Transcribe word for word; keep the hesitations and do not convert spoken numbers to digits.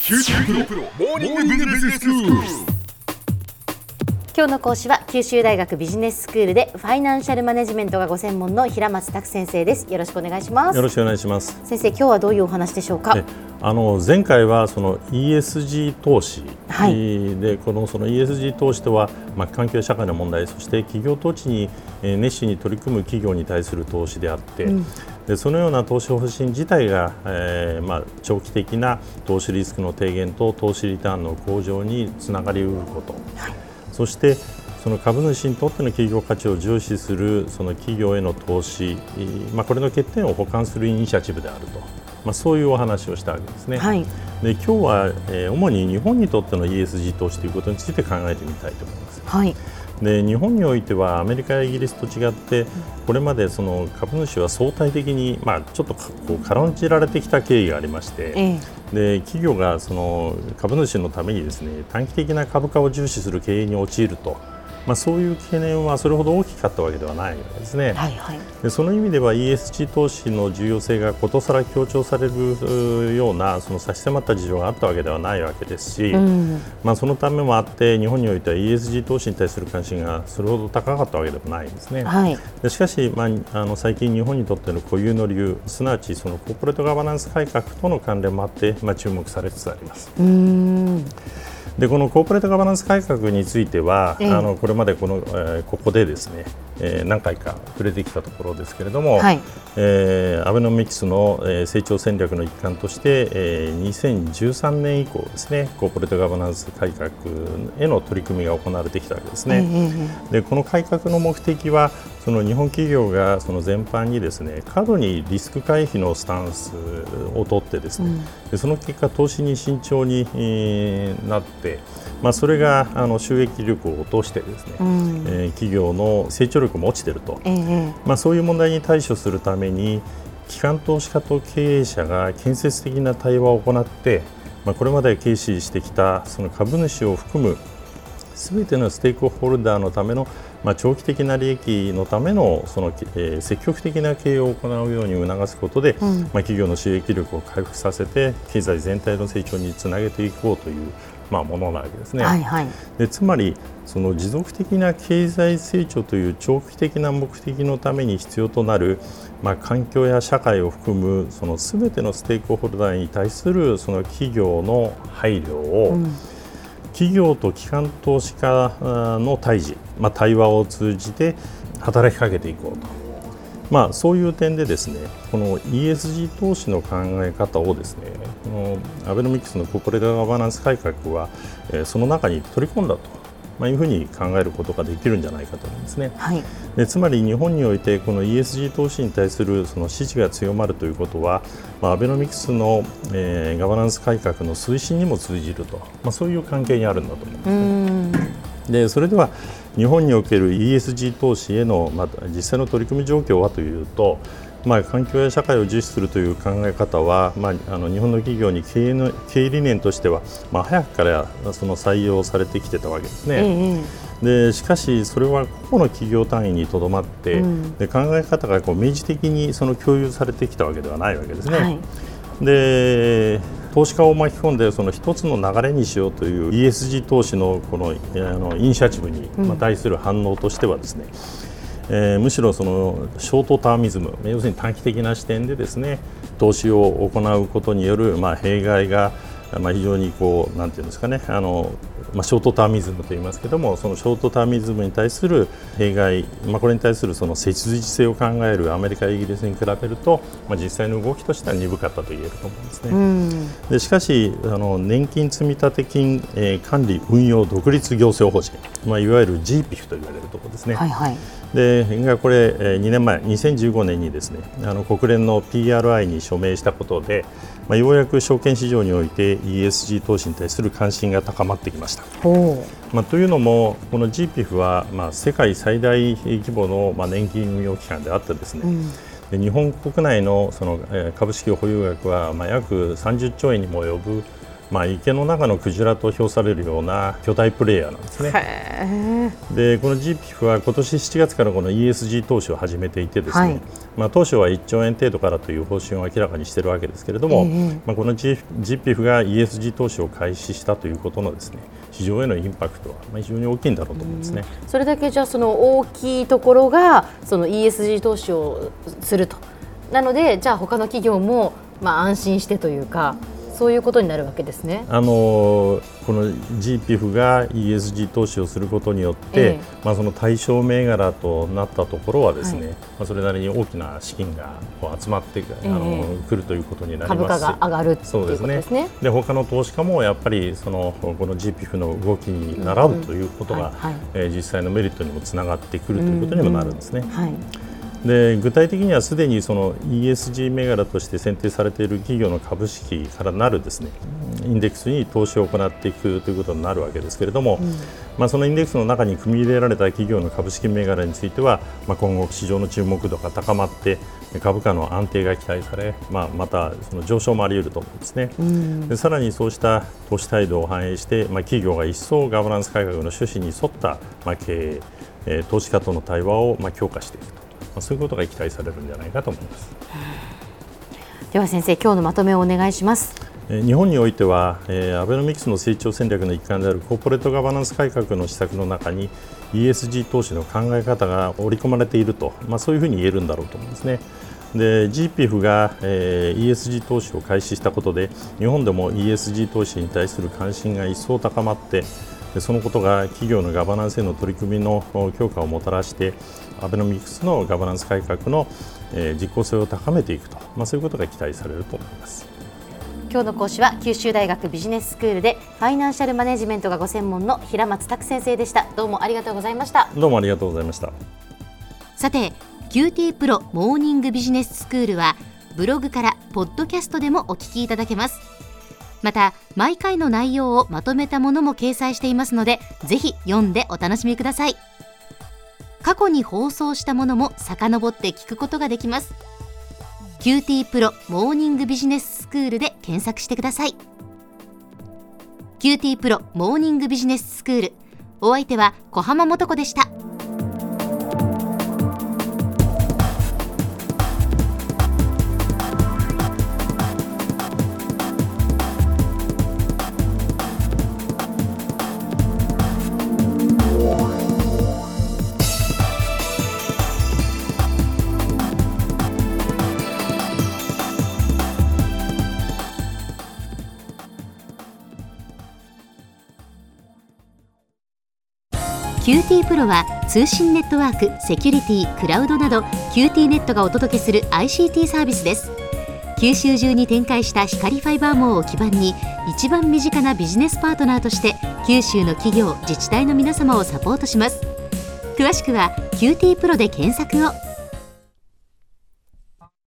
キューティープロモーニングビジネススクール。 今日の講師は九州大学ビジネススクールでファイナンシャルマネジメントがご専門の平松卓先生です。よろしくお願いします。 よろしくお願いします。 先生、今日はどういうお話でしょうか。 あの前回はその イーエスジー 投資、はい、でこのその イーエスジー 投資とは、まあ、環境や社会の問題、そして企業統治に熱心に取り組む企業に対する投資であって、うん、でそのような投資方針自体が、えーまあ、長期的な投資リスクの低減と投資リターンの向上につながりうること、はい、そしてその株主にとっての企業価値を重視するその企業への投資、まあ、これの欠点を補完するイニシアチブであると、まあ、そういうお話をしたわけですね。はい、で今日は、えー、主に日本にとっての イーエスジー 投資ということについて考えてみたいと思います。はい、で日本においてはアメリカやイギリスと違ってこれまでその株主は相対的に、まあ、ちょっとこう軽んじられてきた経緯がありまして、ええ、で企業がその株主のためにですね短期的な株価を重視する経営に陥ると、まあ、そういう懸念はそれほど大きかったわけではないわけですね。はいはい、でその意味では イーエスジー 投資の重要性がことさら強調されるようなその差し迫った事情があったわけではないわけですし、うん、まあ、そのためもあって日本においては イーエスジー 投資に対する関心がそれほど高かったわけでもないんですね。はい、でしかし、まあ、あの最近日本にとっての固有の理由、すなわちそのコーポレートガバナンス改革との関連もあって、まあ、注目されつつあります。うーんでこのコーポレートガバナンス改革については、えー、あのこれまでこの、えー、ここでですね、えー、何回か触れてきたところですけれども、はい、えー、アベノミクスの、えー、成長戦略の一環として、えー、にせんじゅうさんねん以降ですねコーポレートガバナンス改革への取り組みが行われてきたわけですね。えー、でこの改革の目的はその日本企業がその全般にですね過度にリスク回避のスタンスを取ってですね、うん、でその結果投資に慎重に、えー、なって、まあ、それがあの収益力を落としてですね、うん、えー、企業の成長力も落ちていると、えーまあ、そういう問題に対処するために機関投資家と経営者が建設的な対話を行って、まあ、これまで軽視してきたその株主を含むすべてのステークホルダーのための、まあ、長期的な利益のための、その、えー、積極的な経営を行うように促すことで、うん、まあ、企業の収益力を回復させて経済全体の成長につなげていこうという、まあ、ものなわけですね。はいはい、でつまりその持続的な経済成長という長期的な目的のために必要となる、まあ、環境や社会を含むそのすべてのステークホルダーに対するその企業の配慮を、うん、企業と機関投資家の対峙、まあ、対話を通じて働きかけていこうと、まあ、そういう点でですねこの イーエスジー 投資の考え方をですねこのアベノミクスのコーポレートガバナンス改革は、えー、その中に取り込んだと、まあ、いうふうに考えることができるんじゃないかと思うんですね。はい、でつまり日本においてこの イーエスジー 投資に対するその支持が強まるということは、まあ、アベノミクスの、えー、ガバナンス改革の推進にも通じると、まあ、そういう関係にあるんだと思うんですね。でそれでは日本における イーエスジー 投資への、まあ、実際の取り組み状況はというと、まあ、環境や社会を重視するという考え方は、まあ、あの日本の企業に経営の経営理念としては、まあ、早くからその採用されてきてたわけですね。ええ、でしかしそれは個々の企業単位にとどまって、うん、で考え方がこう明示的にその共有されてきたわけではないわけですね。はい、で投資家を巻き込んでその一つの流れにしようという イーエスジー 投資のこのあのイニシアチブに対する反応としてはですね、うん、えー、むしろそのショートターミズム、要するに短期的な視点でですね投資を行うことによる、まあ、弊害が、まあ、非常にこうなんていうんですかねあのまあ、ショートターミズムと言いますけどもそのショートターミズムに対する弊害、まあ、これに対するその切実性を考えるアメリカやイギリスに比べると、まあ、実際の動きとしては鈍かったと言えると思うんですね。うん、でしかしあの年金積立金、えー、管理運用独立行政法人、まあ、いわゆる ジーピーエフ と言われるところですね。はいはい、でがこれ、えー、にねんまえにせんじゅうごねんにですねあの国連の ピーアールアイ に署名したことで、まあ、ようやく証券市場において イーエスジー 投資に対する関心が高まってきました。まあ、というのもこの ジーピーエフ は、まあ、世界最大規模の、まあ、年金運用機関であってですね、うん、で日本国内の、その、えー、株式保有額は、まあ、約さんじゅっちょうえんにも及ぶ、 まあ、池の中のクジラと評されるような巨大プレイヤーなんですね。でこの ジーピフ は今年しちがつからこの イーエスジー 投資を始めていてですね、はい、まあ、当初はいっちょうえん程度からという方針を明らかにしているわけですけれども、えーまあ、この ジーピフ が イーエスジー 投資を開始したということのですね、市場へのインパクトはまあ非常に大きいんだろうと思うんですね。 それだけじゃあその大きいところがその イーエスジー 投資をすると、なのでじゃあ他の企業もまあ安心してというか、そういうことになるわけですね。 あのこの ジーピフ が イーエスジー 投資をすることによって、ええまあ、その対象銘柄となったところはですね、はい、まあ、それなりに大きな資金がこう集まって、え、あの来るということになりますし、 株価が上がるということですね。 で他の投資家もやっぱりそのこの ジーピフ の動きに習うということが、え実際のメリットにもつながってくるということにもなるんですね。うんうん、はい。で具体的にはすでにその イーエスジー 銘柄として選定されている企業の株式からなるですね、インデックスに投資を行っていくということになるわけですけれども、うん、まあ、そのインデックスの中に組み入れられた企業の株式銘柄については、まあ、今後市場の注目度が高まって株価の安定が期待され、まあ、またその上昇もあり得ると思うんですね。うん、でさらにそうした投資態度を反映して、まあ、企業が一層ガバナンス改革の趣旨に沿った、まあ、経営、えー、投資家との対話をまあ強化していくと、まあ、そういうことが期待されるんじゃないかと思います。 では先生、今日のまとめをお願いします。 日本においては、えー、アベノミクスの成長戦略の一環であるコーポレートガバナンス改革の施策の中に イーエスジー 投資の考え方が織り込まれていると、まあ、そういうふうに言えるんだろうと思うんですね。で ジーピフ が、えー、イーエスジー 投資を開始したことで日本でも イーエスジー 投資に対する関心が一層高まって、でそのことが企業のガバナンスへの取り組みの強化をもたらしてアベノミクスのガバナンス改革の、えー、実効性を高めていくと、まあ、そういうことが期待されると思います。 今日の講師は九州大学ビジネススクールでファイナンシャルマネジメントがご専門の平松卓先生でした。どうもありがとうございました。 どうもありがとうございました。 さて キューティー プロモーニングビジネススクールはブログからポッドキャストでもお聞きいただけます。また毎回の内容をまとめたものも掲載していますので、ぜひ読んでお楽しみください。過去に放送したものも遡って聞くことができます。キューティー プロモーニングビジネススクールで検索してください。キューティー プロモーニングビジネススクール、お相手は小浜もとこでした。キューティー プロは通信ネットワーク、セキュリティ、クラウドなど キューティー ネットがお届けする アイシーティー サービスです。九州中に展開した光ファイバー網を基盤に一番身近なビジネスパートナーとして九州の企業、自治体の皆様をサポートします。詳しくは キューティー プロで検索を。